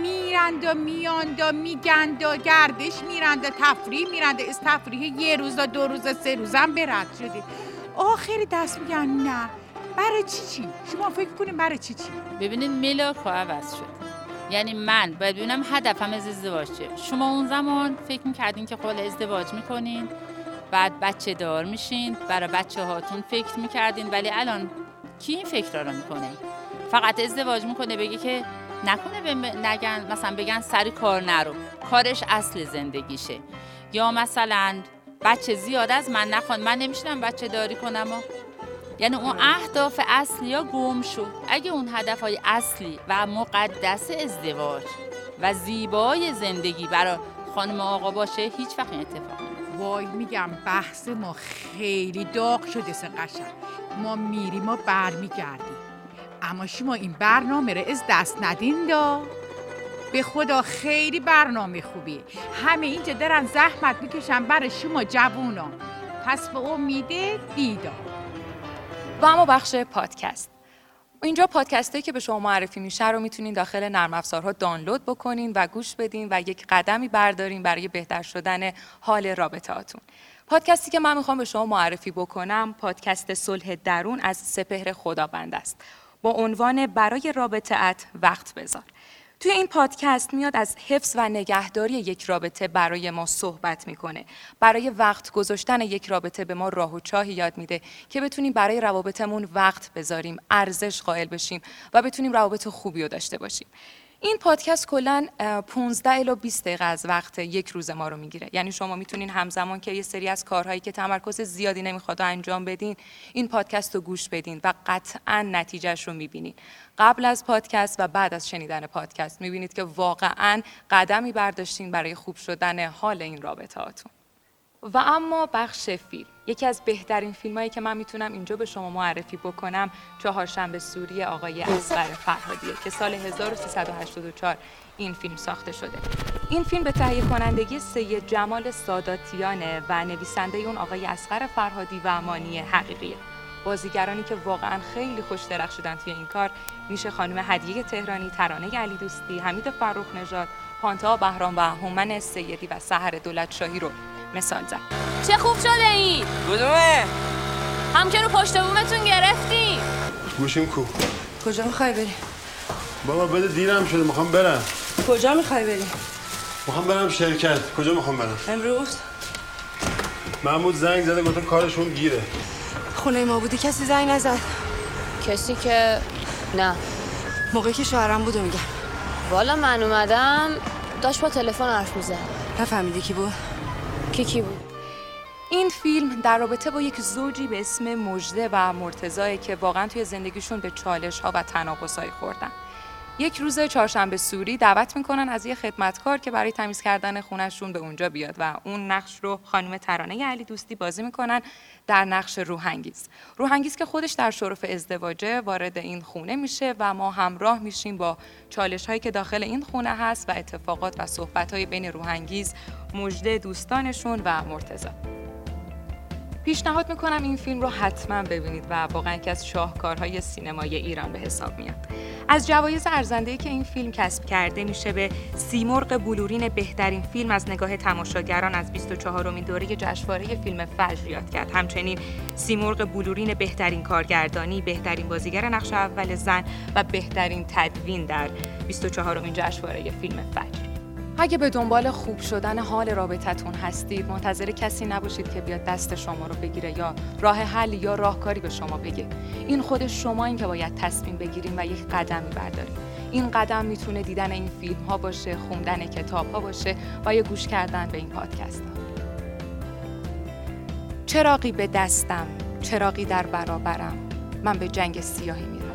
میرند میاند میگند گردش میرند تفریح میرند، از تفریح یه روز 2 روز 3 روزم به رد شده. آخری دست میگن نه برای چی؟ شما فکر کنین برای چی؟ ببینید ملاک ها عوض شد. یعنی من باید ببینم هدفم از ازدواج چیه. شما اون زمان فکر میکردین که قول ازدواج میکنین بعد بچه دار میشین، برای بچه هاتون فکر میکردین، ولی الان کی این فکر رو میکنه؟ فقط ازدواج میکنه بگه که نکنه نگن مثلا بگن سری کار نرو، کارش اصل زندگیشه، یا مثلا بچه زیاد از من نخوان، من نمیشنم بچه داری کنم یعنی اون اهداف اصلی ها گم شد. اگه اون هدفهای اصلی و مقدس ازدواج و زیبای زندگی برای خانم آقا باشه هیچ وقت این اتفاق نمیفته. وای میگم بحث ما خیلی داغ شده قشنگ، ما میریم و برمیگردیم، اما شما این برنامه رو از دست ندین دا. به خدا خیلی برنامه خوبیه، همه اینجا دارن زحمت میکشن برای شما جوونا، پس به امید دیدار. و اما بخش پادکست، اینجا پادکستایی که به شما معرفی میشه رو میتونین داخل نرم افزارها دانلود بکنین و گوش بدین و یک قدمی بردارین برای بهتر شدن حال رابطه هاتون. پادکستی که من میخوام به شما معرفی بکنم پادکست صلح درون از سپهر خدابند است با عنوان برای رابطه‌ات وقت بذار. توی این پادکست میاد از حفظ و نگهداری یک رابطه برای ما صحبت میکنه. برای وقت گذاشتن یک رابطه به ما راه و چاهی یاد میده که بتونیم برای روابطمون وقت بذاریم، ارزش قائل بشیم و بتونیم روابط خوبی رو داشته باشیم. این پادکست کلاً 15 الی 20 دقیقه از وقت یک روز ما رو میگیره. یعنی شما میتونین همزمان که یه سری از کارهایی که تمرکز زیادی نمیخواد انجام بدین، این پادکست رو گوش بدین و قطعاً نتیجهش رو میبینین. قبل از پادکست و بعد از شنیدن پادکست میبینید که واقعاً قدمی برداشتین برای خوب شدن حال این رابطه هاتون. و اما بخش فیلم، یکی از بهترین فیلمایی که من میتونم اینجا به شما معرفی بکنم چهارشنبه سوری آقای اصغر فرهادیه که سال 1384 این فیلم ساخته شده. این فیلم به تهیه کنندگی سید جمال ساداتیانه و نویسنده اون آقای اصغر فرهادی و مانی حقیقیه. بازیگرانی که واقعا خیلی خوش درخشیدن توی این کار میشه خانم هدیه تهرانی، ترانه علی دوستی، حمید فرخ نژاد، پانتا بهرام و هومن سیدی و سحر دولتشاهی رو مثال زد. چه خوب شده این؟ کدومه؟ هم که رو پشت بومتون گرفتی. گوشیم کو؟ کجا میخوای بری؟ بابا بده دیرم شده میخوام برم. کجا میخوای بری؟ میخوام برم شرکت. کجا میخوام برم؟ امروز؟ محمود زنگ زده گفته کارشون گیره. خونه ما بودی کسی زنگ نزد؟ کسی که نه. موقعی که شوهرم بود میگم. والا من اومدم داشت با تلفن حرف میزد. نفهمیدی کی بود؟ کی بود؟ این فیلم در رابطه با یک زوجی به اسم مژده و مرتضی که واقعا توی زندگیشون به چالش‌ها و تناقض‌های خوردن. یک روز چهارشنبه سوری دعوت میکنن از یه خدمتکار که برای تمیز کردن خونه‌شون به اونجا بیاد و اون نقش رو خانم ترانه علی دوستی بازی میکنن در نقش روحانگیز. روحانگیز که خودش در شرف ازدواجه وارد این خونه میشه و ما همراه میشیم با چالش‌هایی که داخل این خونه هست و اتفاقات و صحبت‌های بین روحانگیز، مژده، دوستانشون و مرتضی. پیشنهاد میکنم این فیلم رو حتما ببینید و واقعا یکی از شاهکارهای سینمای ایران به حساب میاد. از جوایز ارزنده‌ای که این فیلم کسب کرده میشه به سیمرغ بلورین بهترین فیلم از نگاه تماشاگران از 24مین دوره جشنواره فیلم فجر یاد کرد. همچنین سیمرغ بلورین بهترین کارگردانی، بهترین بازیگر نقش اول زن و بهترین تدوین در 24مین جشنواره فیلم فجر. اگه به دنبال خوب شدن حال رابطتون هستید، منتظر کسی نباشید که بیاد دست شما رو بگیره یا راه حل یا راهکاری به شما بگه. این خود شما این که باید تصمیم بگیریم و یک قدمی برداریم. این قدم میتونه دیدن این فیلم ها باشه، خوندن کتاب ها باشه و یا گوش کردن به این پادکست ها. چراغی به دستم، چراغی در برابرم، من به جنگ سیاهی میروم.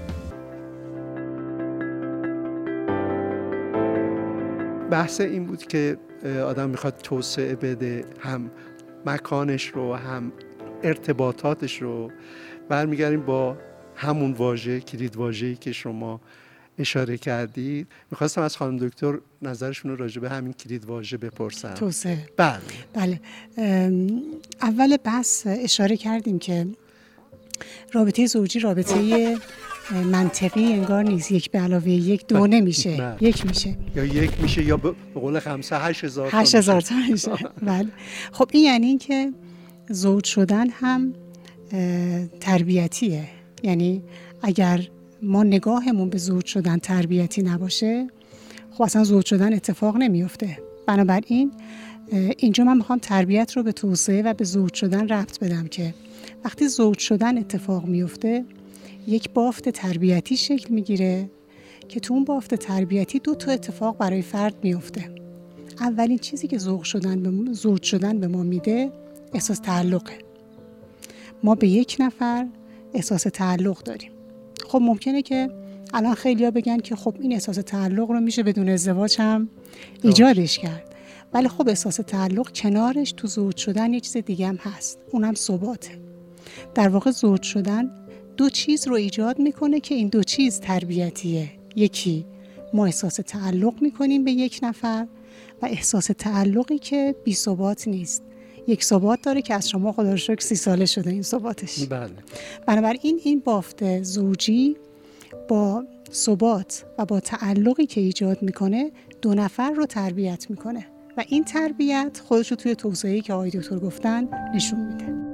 بحث این بود که آدم میخواد توسعه بده، هم مکانش رو هم ارتباطاتش رو. برمیگردیم با همون واژه، کلید واژه‌ای که شما اشاره کردید. میخواستم از خانم دکتر نظرشون رو راجع به همین کلید واژه بپرسم. توسعه. بله. اول بحث اشاره کردیم که رابطه زوجی رابطه منطقی انگار نیست. 1 به علاوه 1 2 نمیشه، 1 میشه یا 1 میشه یا به قول 8000 تا میشه. بله. خب این یعنی این که زوج شدن هم تربیتیه. یعنی اگر ما نگاهمون به زوج شدن تربیتی نباشه، خب اصلا زوج شدن اتفاق نمیفته. بنابراین اینجا من میخوام تربیت رو به توسعه و به زوج شدن ربط بدم که وقتی زوج شدن اتفاق میفته، یک بافت تربیتی شکل میگیره که تو اون بافت تربیتی 2 تا اتفاق برای فرد میفته. اولین چیزی که زوج شدن به ما میده احساس تعلقه. ما به یک نفر احساس تعلق داریم. خب ممکنه که الان خیلیا بگن که خب این احساس تعلق رو میشه بدون ازدواج هم ایجادش کرد. ولی خب احساس تعلق کنارش تو زوج شدن یه چیز دیگه هم هست، اونم ثباته. در واقع زوج شدن 2 چیز رو ایجاد میکنه که این 2 چیز تربیتیه. یکی ما احساس تعلق میکنیم به یک نفر و احساس تعلقی که بی ثبات نیست. یک ثبات داره که از شما خدا رو شکر 30 ساله شده این ثباتش. بله. بنابراین این بافت زوجی با ثبات و با تعلقی که ایجاد میکنه 2 نفر رو تربیت میکنه و این تربیت خودش رو توی توسعه‌ای که آقای دکتر گفتن نشون میده.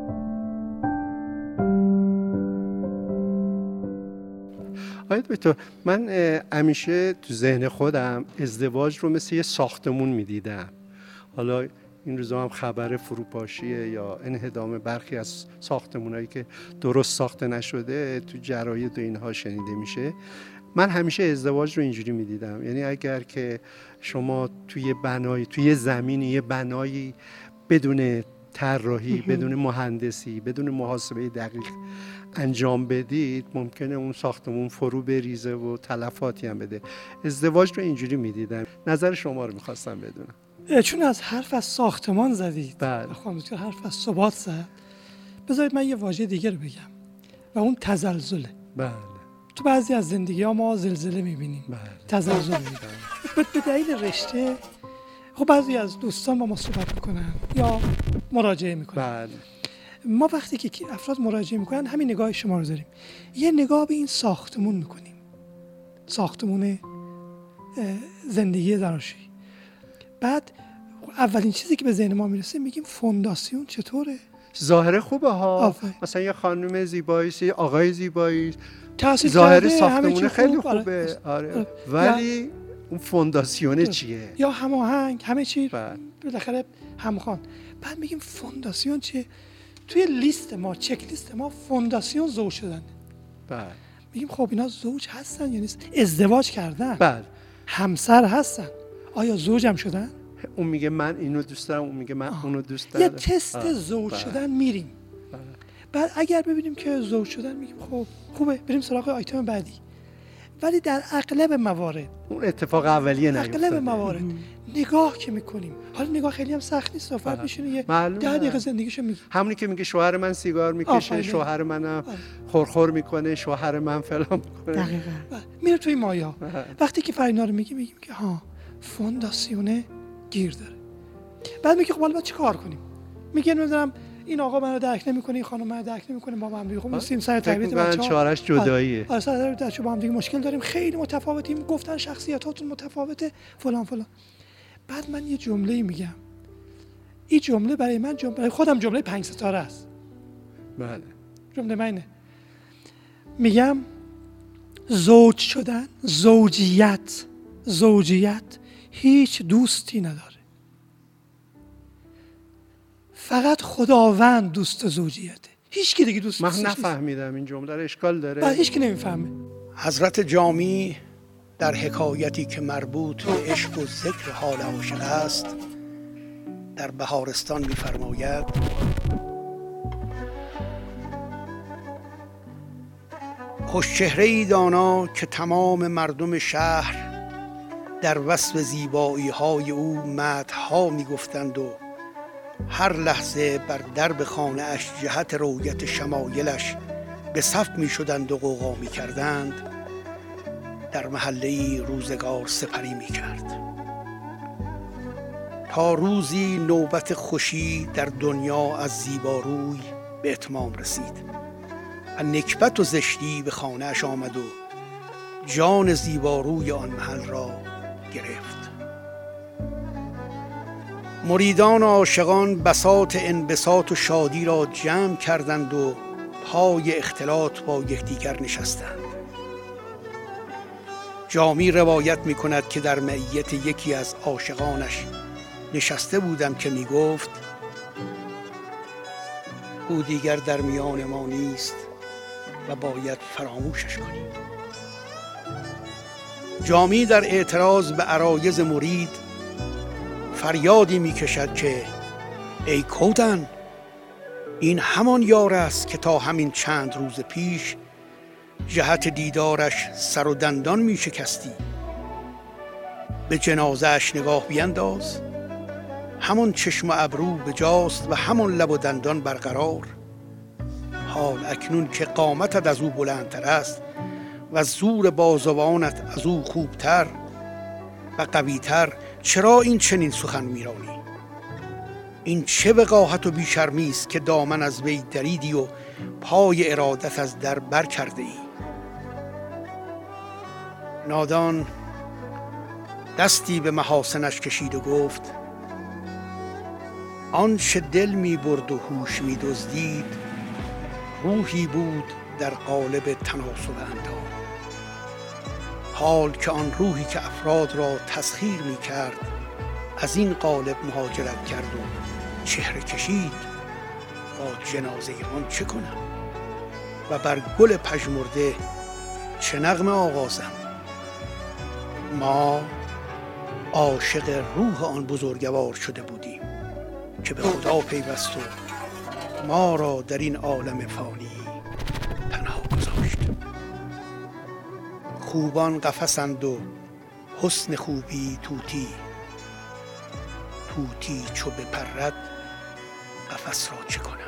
آقای دکتر، من همیشه تو ذهن خودم ازدواج رو مثل یه ساختمون میدیدم. حالا این روزا هم خبر فروپاشیه یا انهدام برخی از ساختمونایی که درست ساخته نشده تو جراید و اینها شنیده میشه. من همیشه ازدواج رو اینجوری میدیدم. یعنی اگر که شما توی زمینی یه بنایی بدون طراحی، بدون مهندسی، بدون محاسبه دقیق انجام بدید، ممکنه اون ساختمون فرو بریزه و تلفاتی هم بده. ازدواج رو اینجوری میدیدم. نظر شما رو میخواستم بدونم. چون از حرف از ساختمان زدید، بله. خانم دکتر حرف از ثبات زد، بذارید من یه واژه دیگه رو بگم و اون تزلزله. بله. تو بعضی از زندگی ها ما زلزله میبینیم، بله. تزلزل میبینیم به دلیل رشته. خب بعضی از دوستان با ما صحبت میکنن یا مراجعه میکنن. بله. ما وقتی که افراد مراجعه میکنن همین نگاه شما رو داریم، یه نگاه به این ساختمون میکنیم، ساختمون زندگی زناشویی. بعد اولین چیزی که به ذهن ما میرسه میگیم فونداسیون چطوره؟ ظاهر خوبه ها. مثلا یه خانم زیبایی، یه آقای زیبایی، ظاهر ساختمون خیلی خوبه. آره. ولی اون فونداسیون چیه؟ یا هماهنگ، همه چی بالاخره همخوان. بعد میگیم فونداسیون چیه؟ توی لیست ما، چک لیست ما فونداسیون زوج شدن. بله. میگیم خب اینا زوج هستن یا نیست؟ ازدواج کردن. بله. همسر هستن. آیا زوج هم شدن؟ اون میگه من اینو دوست دارم، اون میگه من اونو دوست دارم. یه تست زوج شدن میریم. بعد اگر ببینیم که زوج شدن میگیم خب خوبه، بریم سراغ آیتم بعدی. ولی در اغلب موارد اون اتفاق اولیه نیفتاده. اغلب موارد نگاه که میکنیم، حالا نگاه خیلی هم سخت نیست، فرد میشونه یه 10 دقیقه زندگیشو میگه. همونی که میگه شوهر من سیگار میکشه، شوهر منم خورخور میکنه، شوهر من فلان میکنه. دقیقاً. میره توی مایا. وقتی که فرینا رو میگیم که ها فونداسیون گیر داره. بعد میگه خب حالا چیکار کنیم؟ میگه نمیدونم این آقا منو درک نمیکنه، این خانم منو درک نمیکنه، با هم دیگه خب نیستیم سر تربیت بچه‌ها. چارش جداییه. آره سر تربیت بچه‌ها با هم دیگه مشکل داریم، خیلی متفاوتیم، گفتن شخصیتاتون متفاوته فلان فلان. بعد من یه جمله‌ای میگم، این جمله برای من برای خودم جمله 5 ستاره است. بله. جمله من اینه، میگم زوج شدن، زوجیت هیچ دوستی نداره، فقط خداوند دوست زوجیته، هیچ کی دیگه دوست من نیست. نفهمیدم این جمله رو، اشکال داره؟ بعد هیچ کی نمیفهمه. حضرت جامی در حکایتی که مربوط به عشق و ذکر حال عاشق است در بهارستان می‌فرماید: خوش چهره‌ای دانا که تمام مردم شهر در وصف زیبایی‌های او مدح‌ها می‌گفتند و هر لحظه بر درب خانه‌اش جهت رؤیت شمایلش به صف می‌شدند و غوغا می‌کردند، در محله‌ای روزگار سپری می‌کرد تا روزی نوبت خوشی در دنیا از زیباروی به اتمام رسید و نکبت و زشتی به خانه‌اش آمد و جان زیباروی آن محل را گرفت. مریدان عاشقان بساط انبساط و شادی را جمع کردند و پای اختلاط با یکدیگر نشستند. جامی روایت می کند که در معیت یکی از عاشقانش نشسته بودم که می گفت: او دیگر در میان ما نیست و باید فراموشش کنیم. جامی در اعتراض به عرایض مرید فریادی می کشد که ای کودن، این همان یار است که تا همین چند روز پیش جهت دیدارش سر و دندان می شکستی. به جنازه‌اش نگاه بینداز، همون چشم و ابرو به جاست و همون لب و دندان برقرار. حال اکنون که قامتت از او بلندتر است و زور بازوانت از او خوبتر و قویتر، چرا این چنین سخن میرانی؟ این چه وقاحت و بیشرمی است که دامن از وی دریدی و پای ارادت از در بر کرده ای؟ نادان دستی به محاسنش کشید و گفت: آنچه دل می برد و هوش می دزدید روحی بود در قالب تناسب اندام. حال که آن روحی که افراد را تسخیر می کرد از این قالب مهاجرت کرد و چهره کشید، با جنازه آن چه کنم و بر گل پژمرده چه نغمه آغازم؟ ما عاشق روح آن بزرگوار شده بودیم که به خدا پیوست و ما را در این عالم فانی تنها گذاشت. خوبان قفسند و حسن خوبی طوطی، طوطی چو بپرد قفس را چه کنم؟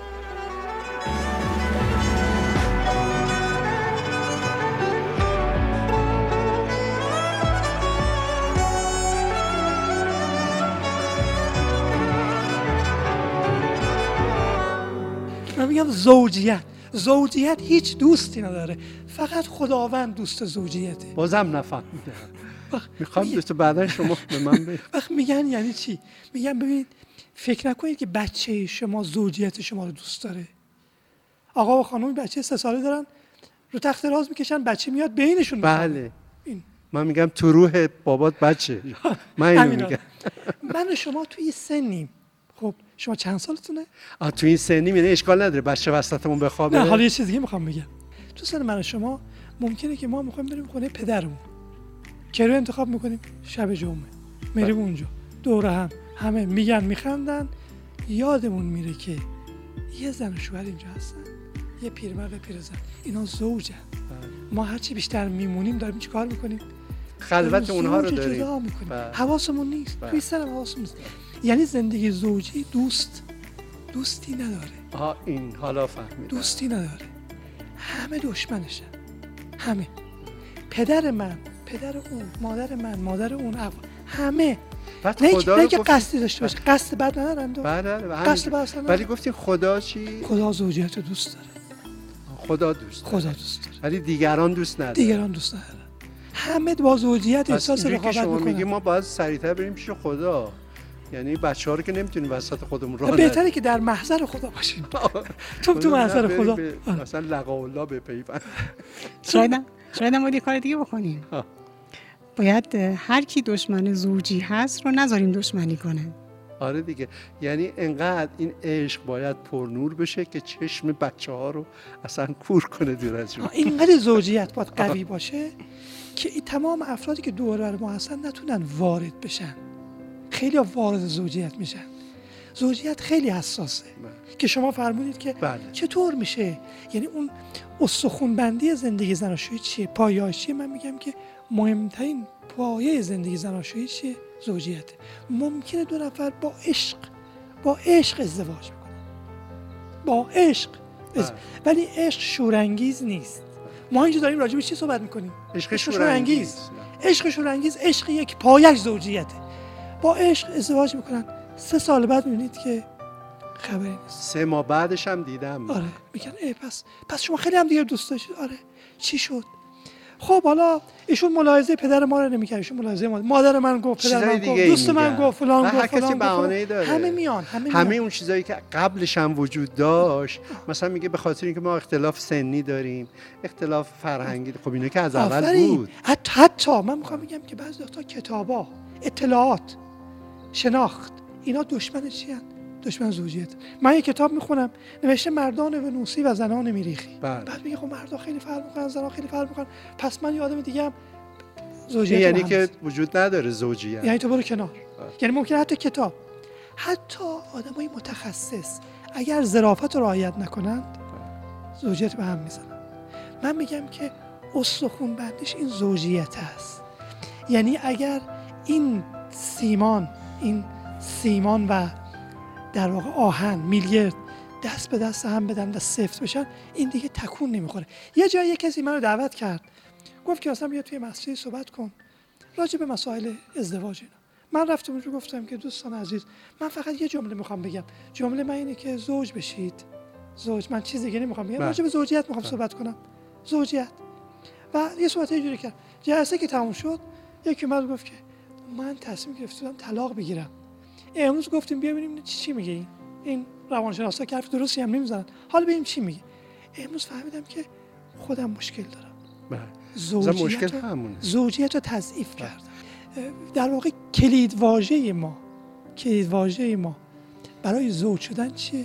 من میگم زوجیت هیچ دوستی نداره، فقط خداوند دوست زوجیته. بازم نفهمیدم. میخوام دوست بعدا شما به من بگید. وقت میگن یعنی چی؟ میگن ببین، فکر نکنید که بچه شما زوجیت شما رو دوست داره. آقا و خانم بچه 3 ساله دارن، رو تخت راز میکشن، بچه میاد بینشون میخوابه. بله. من میگم تو روح بابات بچه. من اینو میگم. من و شما توی سنیم. خب شما چند سالتونه؟ تو این سنیم، یعنی اشکال نداره بچه وسطمون بخوابه؟ نه، حالا یه چیز دیگه میخوام بگم. تو سن من و شما ممکنه که ما میخوایم بریم خونه پدرمون، که رو انتخاب میکنیم شب جمعه میریم اونجا دور هم، همه میگن میخندن، یادمون میره که یه زن و شوهر اینجا هستن، یه پیرمرد و پیرزن، اینا زوجن. ما هرچی بیشتر میمونیم داریم چی کار میکنیم؟ خلوت اونها رو داریم، حواسمون نیست، توی سرم حواسمون نیست. یعنی زندگی زوجی دوستی نداره. این حالا فهمیدم. دوستی نداره، همه دشمنشن، همه. پدر من، پدر اون، مادر من، مادر اون، همه. نه که قصدی داشته باشه. قصد بد ندارن. قصد بد ندارن. ولی گفتین خدا چی؟ خدا زوجیت رو دوست داره. خدا دوست داره. ولی دیگران دوست ندارن. همه با زوجیت احساس رقابت میکنن. شما میگی ما باید سریعتر بریم پیش خدا. یعنی بچه‌ها رو که نمیتونیم وسط خودمون راه بهتره که در محضر خدا باشیم. تو محضر خدا. مثلا لقا الله بپیوند. شاید ما یه کار دیگه بکنیم. باید هر کی دشمن زوجی هست رو نذاریم دشمنی کنه. آره دیگه، یعنی انقدر این عشق باید پرنور بشه که چشم بچه‌ها رو اصلا کور کنه دور از جون. اینقدر زوجیت باید قوی باشه که تمام افرادی که دور بر ما هستن نتونن وارد بشن. خیلی وارد زوجیت میشن. زوجیت خیلی حساسه که شما فرمودید که چطور میشه، یعنی اون استخوان‌بندی زندگی زناشویی چیه، پایه‌اش چیه؟ من میگم که مهمترین پایه زندگی زناشویی چیه؟ زوجیته. ممکنه دو نفر با عشق ازدواج بکنن، با عشق ولی عشق شورانگیز نیست. ما اینجا داریم راجع به چی صحبت میکنیم؟ عشق شورانگیز. عشق شورانگیز عشقیه که پایه‌اش زوجیته. با عشق ازدواج میکنن، 3 سال بعد میبینید که خبری نیست. 3 ماه بعدش هم دیدم. آره میگن پس شما خیلی هم دیگه دوست داشتید. آره چی شد؟ خب حالا ایشون ملاحظه پدر ما رو نمی‌کنه، ایشون ملاحظه مادر من گفت، پدر من گفت، دوست من گفت، فلان گفت، هر کسی بهانه‌ای داره. همه میان همه اون چیزایی که قبلش هم وجود داشت، مثلا میگه به خاطر اینکه ما اختلاف سنی داریم، اختلاف فرهنگی، خب اینا که از اول بود. حتی من میخوام بگم که بعضی وقتا کتابا، اطلاعات، شناخت، اینا دشمن چی هستن؟ دشمن زوجیت. من یک کتاب میخونم نوشته مردان ونوسی و زنان میریخی. بعد میگه خب مردا خیلی فرق میکنن، زنان خیلی فرق میکنن، پس من یه آدم دیگه هم زوجیت. یعنی که وجود نداره زوجیت. یعنی تو برو کنار. یعنی ممکنه حتی کتاب، حتی آدمای متخصص اگر ظرافت رو رعایت نکنند زوجیت به هم میزنن. من میگم که استخوان بندیش این زوجیت است. یعنی اگر این سیمان و در واقع آهن، میلگرد دست به دست هم بدن و سفت بشن، این دیگه تکون نمیخوره. یه جایی یه کسی منو دعوت کرد، گفت که اصلا بیا توی مسجد صحبت کن راجع به مسائل ازدواج اینا. من رفتم اونجا گفتم که دوستان عزیز، من فقط یه جمله میخوام بگم. جمله من اینه که زوج بشید. من چیز دیگه نمیخوام بگم، راجع به زوجیت میخوام صحبت کنم. زوجیت. و یه صحبت اینجوری کرد. جلسه که تموم شد، یکی اومد گفت که من تصمیم گرفتم طلاق بگیرم. امروز گفتیم بیا ببینیم چی میگه این روانشناسا که حرف درستی هم نمیزنن. حالا ببینیم چی میگه. امروز فهمیدم که خودم مشکل دارم. زوجیت رو تضعیف کردم. در واقع کلیدواژه ما برای زوج شدن چیه؟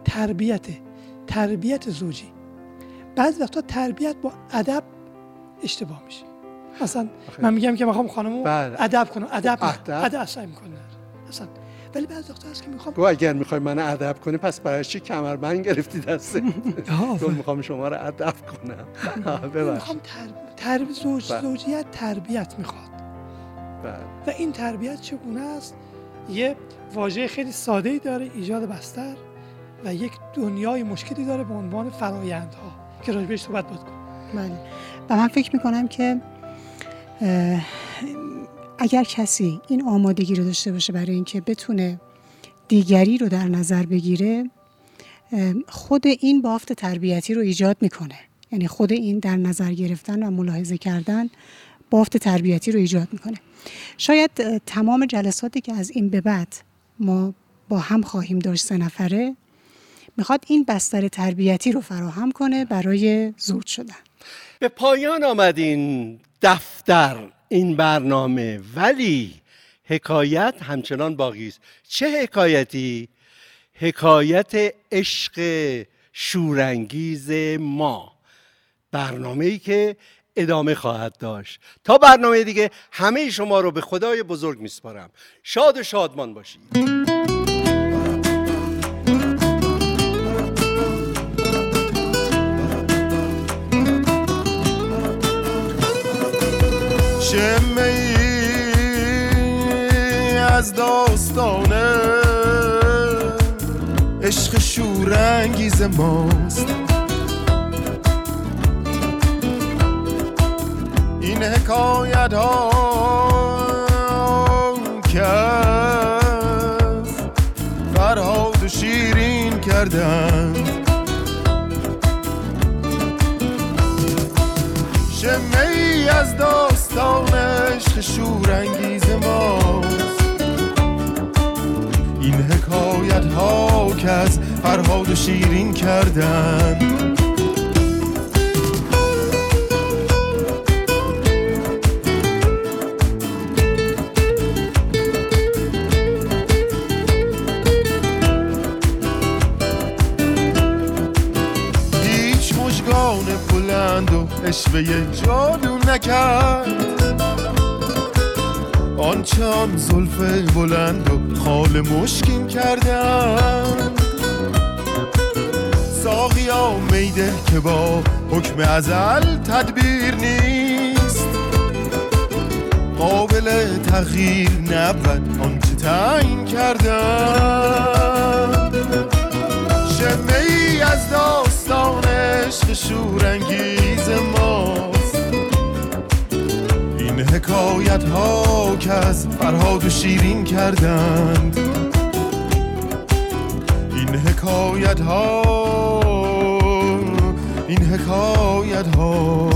تربیت زوجی. بعضی وقتا تربیت با ادب اشتباه میشه. مثلا من میگم که میخوام خانمو ادب کنم، ادب اصلا میکنه اصلا. ولی بعضی وقتا هست که میخوام اگر میخوای من ادب کنی پس برای چی کمربند گرفتی دستت؟ تو میخوام شما رو ادب کنم. میخوام زوجیت تربیت میخواد. و این تربیت چگونه است؟ یه واژه خیلی ساده‌ای داره، ایجاد بستر، و یک دنیای مشکلی داره به عنوان فرآیندها که راجع بهش صحبت کنیم. بله. و من فکر میکنم که اگر کسی این آمادگی رو داشته باشه برای اینکه بتونه دیگری رو در نظر بگیره، خود این بافت تربیتی رو ایجاد میکنه. یعنی خود این در نظر گرفتن و ملاحظه کردن بافت تربیتی رو ایجاد میکنه. شاید تمام جلساتی که از این به بعد ما با هم خواهیم داشت 3 نفره میخواد این بستر تربیتی رو فراهم کنه برای زوج شدن. به پایان آمد این دفتر، این برنامه، ولی حکایت همچنان باقی است. چه حکایتی؟ حکایت عشق شورانگیز ما، برنامه‌ای که ادامه خواهد داشت. تا برنامه دیگه همه شما رو به خدای بزرگ میسپارم. شاد و شادمان باشید. شمعی از داستانه عشق شورانگیز ماست. این حکایت ها که کردند. شمعی از داستان عشق شورانگیز ماست، این حکایت ها که از فرهاد و شیرین کردند. اشوه جادو نکرد آنچه آن زلف بلند و خال مشکین کردن. ساقیا میده که با حکم ازل تدبیر نیست، قابل تغییر نبود آنچه تعیین کردن. شمعی از داستان عشق شورانگیز ماست، این حکایت ها که از فرهاد و شیرین کردند. این حکایت ها